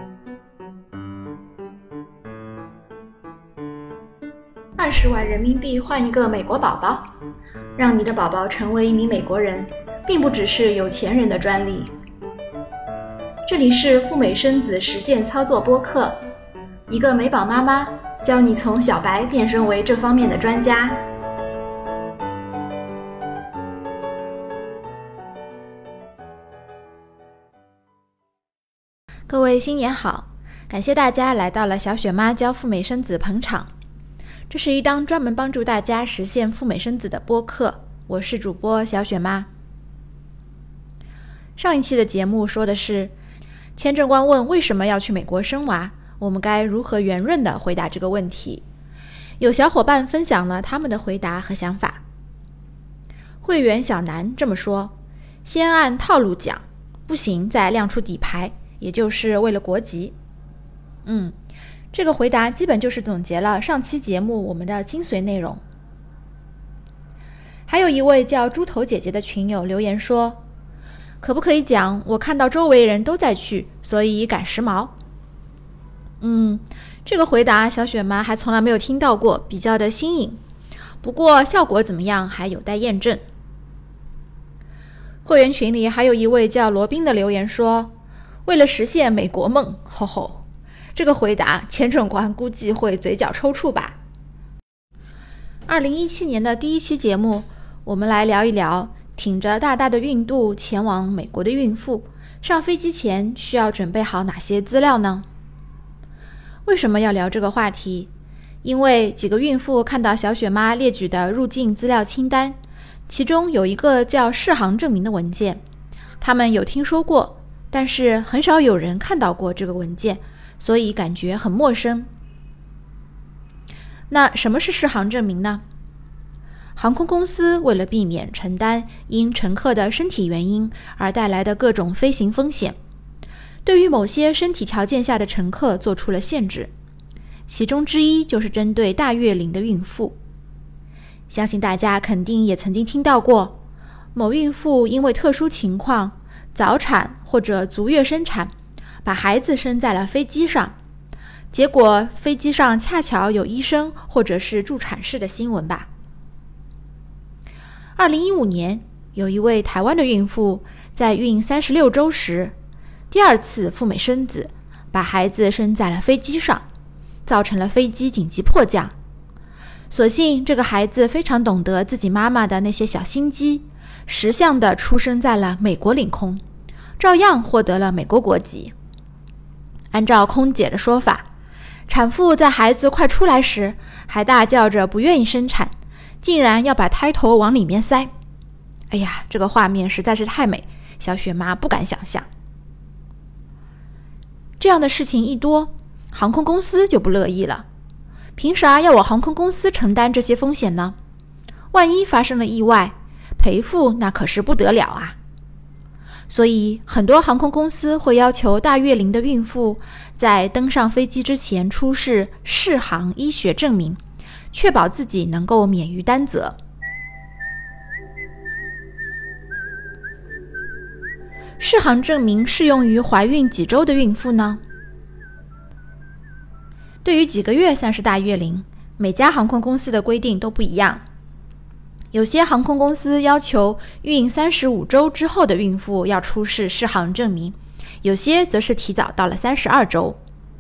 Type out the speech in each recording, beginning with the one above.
20万人民币换一个美国宝宝，让你的宝宝成为一名美国人，并不只是有钱人的专利。这里是赴美生子实践操作播客，一个美宝妈妈教你从小白变身为这方面的专家。各位新年好，感谢大家来到了小雪妈教赴美生子捧场。这是一档专门帮助大家实现赴美生子的播客，我是主播小雪妈。上一期的节目说的是，签证官问为什么要去美国生娃，我们该如何圆润地回答这个问题？有小伙伴分享了他们的回答和想法。会员小南这么说：先按套路讲，不行再亮出底牌，也就是为了国籍。这个回答基本就是总结了上期节目我们的精髓内容。还有一位叫猪头姐姐的群友留言说，可不可以讲我看到周围人都在去，所以赶时髦？这个回答小雪妈还从来没有听到过，比较的新颖，不过效果怎么样还有待验证。会员群里还有一位叫罗宾的留言说，为了实现美国梦，吼吼，这个回答签证官估计会嘴角抽搐吧。2017年的第一期节目，我们来聊一聊挺着大大的孕肚前往美国的孕妇，上飞机前需要准备好哪些资料呢？为什么要聊这个话题？因为几个孕妇看到小雪妈列举的入境资料清单，其中有一个叫适航证明的文件，他们有听说过，但是很少有人看到过这个文件，所以感觉很陌生。那什么是适航证明呢？航空公司为了避免承担因乘客的身体原因而带来的各种飞行风险，对于某些身体条件下的乘客做出了限制，其中之一就是针对大月龄的孕妇。相信大家肯定也曾经听到过，某孕妇因为特殊情况早产或者足月生产，把孩子生在了飞机上，结果飞机上恰巧有医生或者是助产士的新闻吧。2015年，有一位台湾的孕妇在孕36周时，第二次赴美生子，把孩子生在了飞机上，造成了飞机紧急迫降。所幸这个孩子非常懂得自己妈妈的那些小心机，识相地出生在了美国领空，照样获得了美国国籍。按照空姐的说法，产妇在孩子快出来时还大叫着不愿意生产，竟然要把胎头往里面塞。哎呀，这个画面实在是太美，小雪妈不敢想象。这样的事情一多，航空公司就不乐意了。凭啥要我航空公司承担这些风险呢？万一发生了意外，赔付那可是不得了啊。所以很多航空公司会要求大月龄的孕妇在登上飞机之前出示适航医学证明，确保自己能够免于担责。适航证明适用于怀孕几周的孕妇呢？对于几个月算是大月龄，每家航空公司的规定都不一样。有些航空公司要求孕35周之后的孕妇要出示适航证明，有些则是提早到了32周。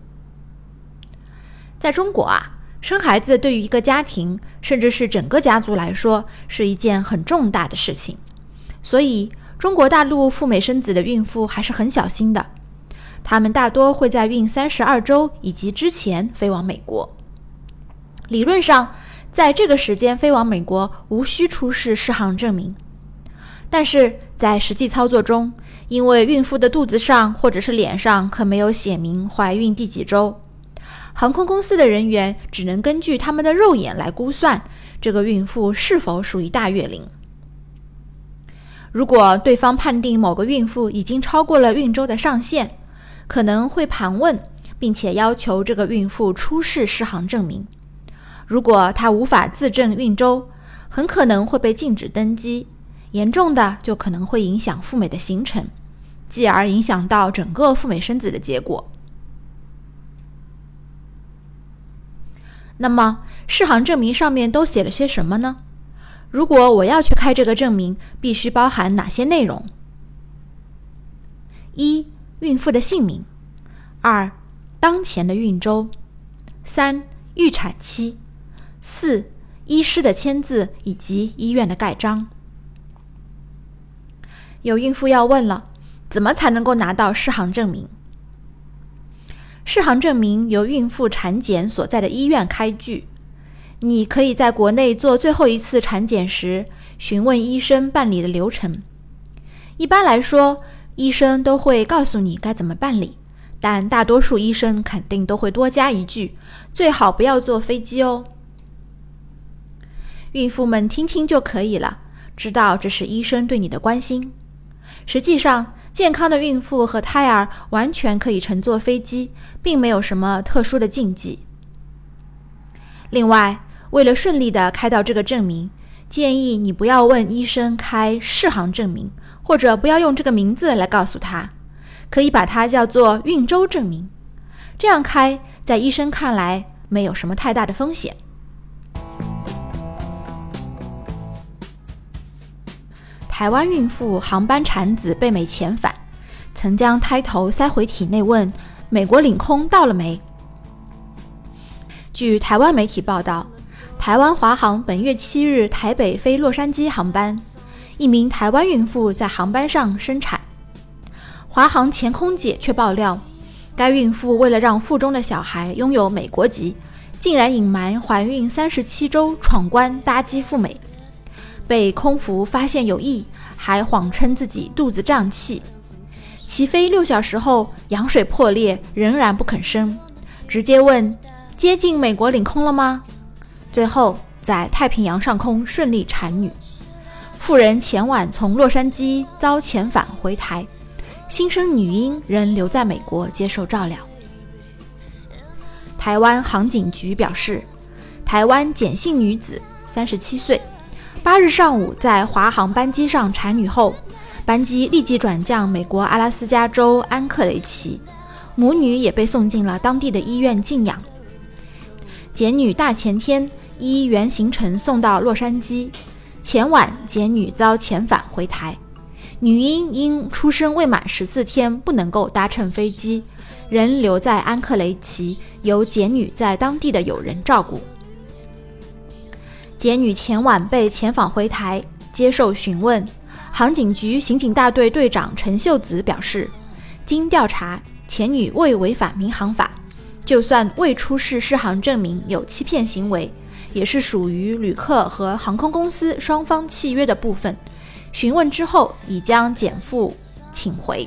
在中国生孩子对于一个家庭，甚至是整个家族来说，是一件很重大的事情。所以中国大陆赴美生子的孕妇还是很小心的，他们大多会在孕32周以及之前飞往美国。理论上，在这个时间飞往美国无需出示适航证明，但是在实际操作中，因为孕妇的肚子上或者是脸上可没有写明怀孕第几周，航空公司的人员只能根据他们的肉眼来估算这个孕妇是否属于大月龄。如果对方判定某个孕妇已经超过了孕周的上限，可能会盘问，并且要求这个孕妇出示适航证明。如果她无法自证孕周，很可能会被禁止登机，严重的就可能会影响赴美的行程，继而影响到整个赴美生子的结果。 那么适航证明上面都写了些什么呢？如果我要去开这个证明，必须包含哪些内容？1. 孕妇的姓名。2. 当前的孕周。3. 预产期。4. 医师的签字以及医院的盖章。有孕妇要问了，怎么才能够拿到适航证明？适航证明由孕妇产检所在的医院开具。你可以在国内做最后一次产检时询问医生办理的流程。一般来说，医生都会告诉你该怎么办理，但大多数医生肯定都会多加一句，最好不要坐飞机哦。孕妇们听听就可以了，知道这是医生对你的关心。实际上，健康的孕妇和胎儿完全可以乘坐飞机，并没有什么特殊的禁忌。另外，为了顺利地开到这个证明，建议你不要问医生开适航证明，或者不要用这个名字来告诉他，可以把它叫做孕周证明。这样开，在医生看来没有什么太大的风险。台湾孕妇航班产子被美遣返，曾将胎头塞回体内问美国领空到了没。据台湾媒体报道，台湾华航本月7日台北飞洛杉矶航班，一名台湾孕妇在航班上生产。华航前空姐却爆料，该孕妇为了让腹中的小孩拥有美国籍，竟然隐瞒怀孕37周闯关搭机赴美，被空服发现有异，还谎称自己肚子胀气。起飞6小时后，羊水破裂，仍然不肯生，直接问接近美国领空了吗？最后在太平洋上空顺利产女。妇人前晚从洛杉矶遭遣返回台，新生女婴仍留在美国接受照料。台湾航警局表示，台湾简姓女子37岁，8日上午在华航班机上产女后，班机立即转降美国阿拉斯加州安克雷奇，母女也被送进了当地的医院静养。简女大前天依原行程送到洛杉矶，前晚简女遭遣返回台。女婴因出生未满14天不能够搭乘飞机，仍留在安克雷奇，由简女在当地的友人照顾。简女前晚被遣返回台，接受询问，航警局刑警大队队长陈秀子表示，经调查，前女未违反民航法，就算未出示适航证明有欺骗行为，也是属于旅客和航空公司双方契约的部分。询问之后，已将简妇请回，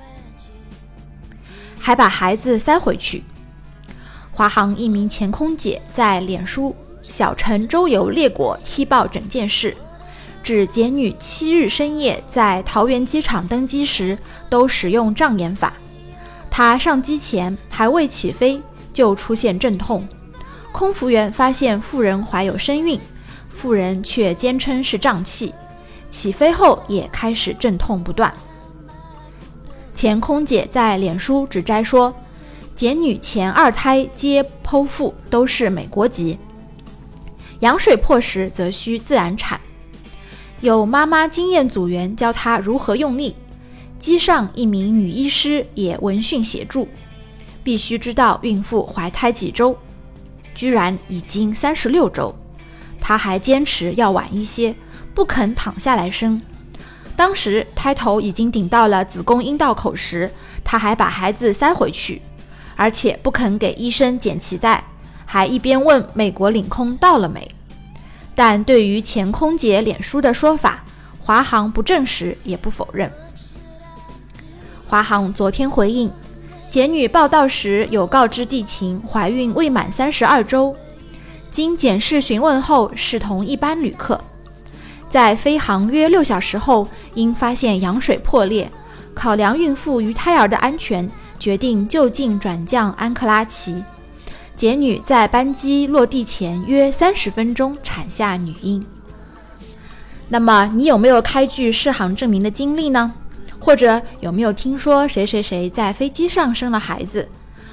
还把孩子塞回去。华航一名前空姐在脸书小城周游列国踢爆整件事，指简女7日深夜在桃园机场登机时都使用障眼法，她上机前还未起飞就出现阵痛，空服员发现妇人怀有身孕，妇人却坚称是胀气，起飞后也开始阵痛不断。前空姐在脸书指摘说，简女前2胎皆剖腹，都是美国籍，羊水破时则需自然产。有妈妈经验组员教她如何用力，机上一名女医师也闻讯协助，必须知道孕妇怀胎几周，居然已经36周。她还坚持要晚一些，不肯躺下来生。当时胎头已经顶到了子宫阴道口时，她还把孩子塞回去，而且不肯给医生剪脐带，还一边问美国领空到了没。但对于前空姐脸书的说法，华航不证实也不否认。华航昨天回应，简女报到时有告知地勤怀孕未满32周，经检视询问后视同一般旅客。在飞航约6小时后，因发现羊水破裂，考量孕妇与胎儿的安全，决定就近转降安克拉奇。简女在班机落地前约30分钟产下女婴。那么你有没有开具适航证明的经历呢？或者有没有听说谁谁谁在飞机上生了孩子？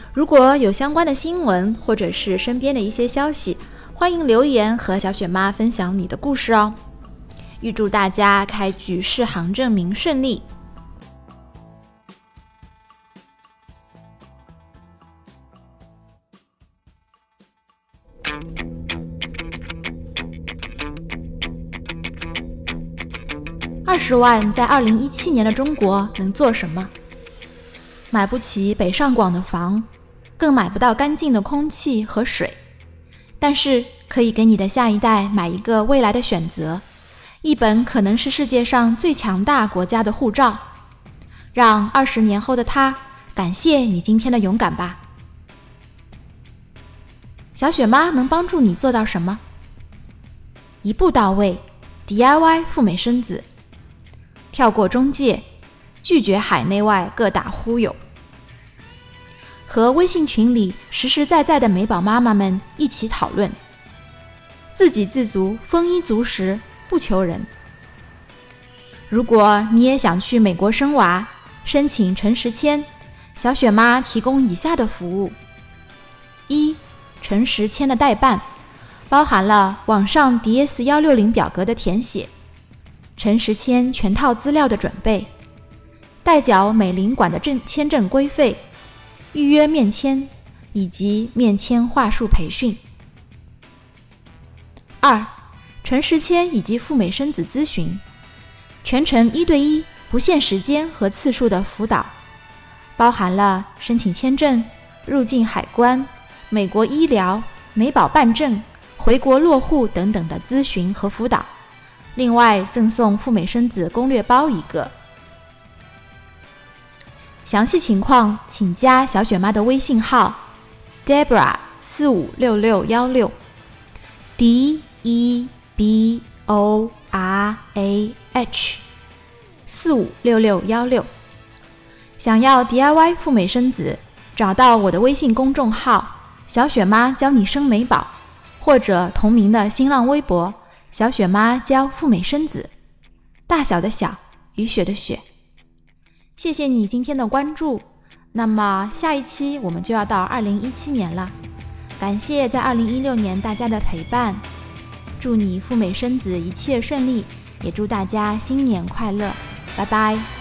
如果有相关的新闻或者是身边的一些消息，欢迎留言和小雪妈分享你的故事哦。预祝大家开具适航证明顺利。20万在2017年的中国能做什么？买不起北上广的房，更买不到干净的空气和水，但是可以给你的下一代买一个未来的选择，一本可能是世界上最强大国家的护照，让20年后的他感谢你今天的勇敢吧。小雪妈能帮助你做到什么？一步到位 DIY 赴美生子，跳过中介，拒绝海内外各大忽悠，和微信群里实实在在的美宝妈妈们一起讨论，自给自足，丰衣足食，不求人。如果你也想去美国生娃，申请陈时签，小雪妈提供以下的服务：一、陈时签的代办，包含了网上 DS160 表格的填写，陈时签全套资料的准备，代缴美领馆的签证规费，预约面签以及面签话术培训。二、陈时签以及赴美生子咨询，全程1对1不限时间和次数的辅导，包含了申请签证、入境海关、美国医疗、美宝办证、回国落户等等的咨询和辅导，另外赠送赴美生子攻略包一个。详细情况请加小雪妈的微信号 Debra456616 DEBORAH456616。想要 DIY 赴美生子，找到我的微信公众号小雪妈教你生美宝，或者同名的新浪微博小雪妈教赴美生子，大小的小，雨雪的雪。谢谢你今天的关注，那么下一期我们就要到2017年了，感谢在2016年大家的陪伴，祝你赴美生子一切顺利，也祝大家新年快乐，拜拜。